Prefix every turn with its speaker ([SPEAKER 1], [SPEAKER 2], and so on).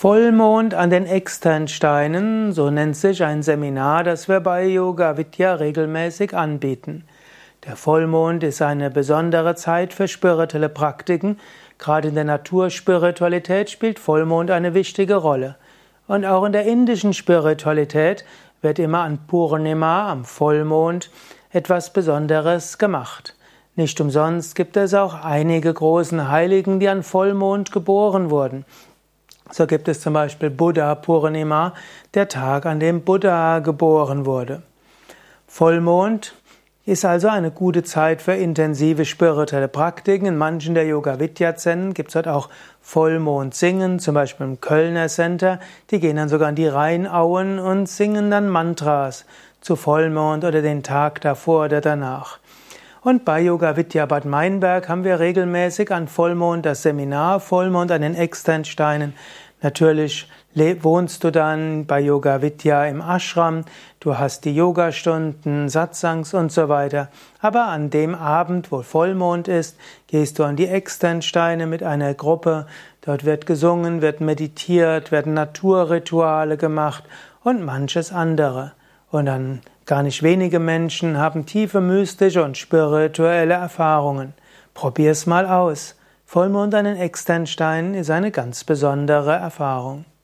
[SPEAKER 1] Vollmond an den Externsteinen, so nennt sich ein Seminar, das wir bei Yoga Vidya regelmäßig anbieten. Der Vollmond ist eine besondere Zeit für spirituelle Praktiken. Gerade in der Naturspiritualität spielt Vollmond eine wichtige Rolle. Und auch in der indischen Spiritualität wird immer an Purnima, am Vollmond, etwas Besonderes gemacht. Nicht umsonst gibt es auch einige großen Heiligen, die an Vollmond geboren wurden. So gibt es zum Beispiel Buddha Purnima, der Tag, an dem Buddha geboren wurde. Vollmond ist also eine gute Zeit für intensive spirituelle Praktiken. In manchen der Yoga-Vidya-Zentren gibt es dort auch Vollmond-Singen, zum Beispiel im Kölner Center. Die gehen dann sogar in die Rheinauen und singen dann Mantras zu Vollmond oder den Tag davor oder danach. Und bei Yoga Vidya Bad Meinberg haben wir regelmäßig an Vollmond das Seminar Vollmond an den Externsteinen. Natürlich wohnst du dann bei Yoga Vidya im Ashram, du hast die Yogastunden, Satsangs und so weiter. Aber an dem Abend, wo Vollmond ist, gehst du an die Externsteine mit einer Gruppe. Dort wird gesungen, wird meditiert, werden Naturrituale gemacht und manches andere. Und dann gar nicht wenige Menschen haben tiefe mystische und spirituelle Erfahrungen. Probier's mal aus. Vollmond an den Externsteinen ist eine ganz besondere Erfahrung.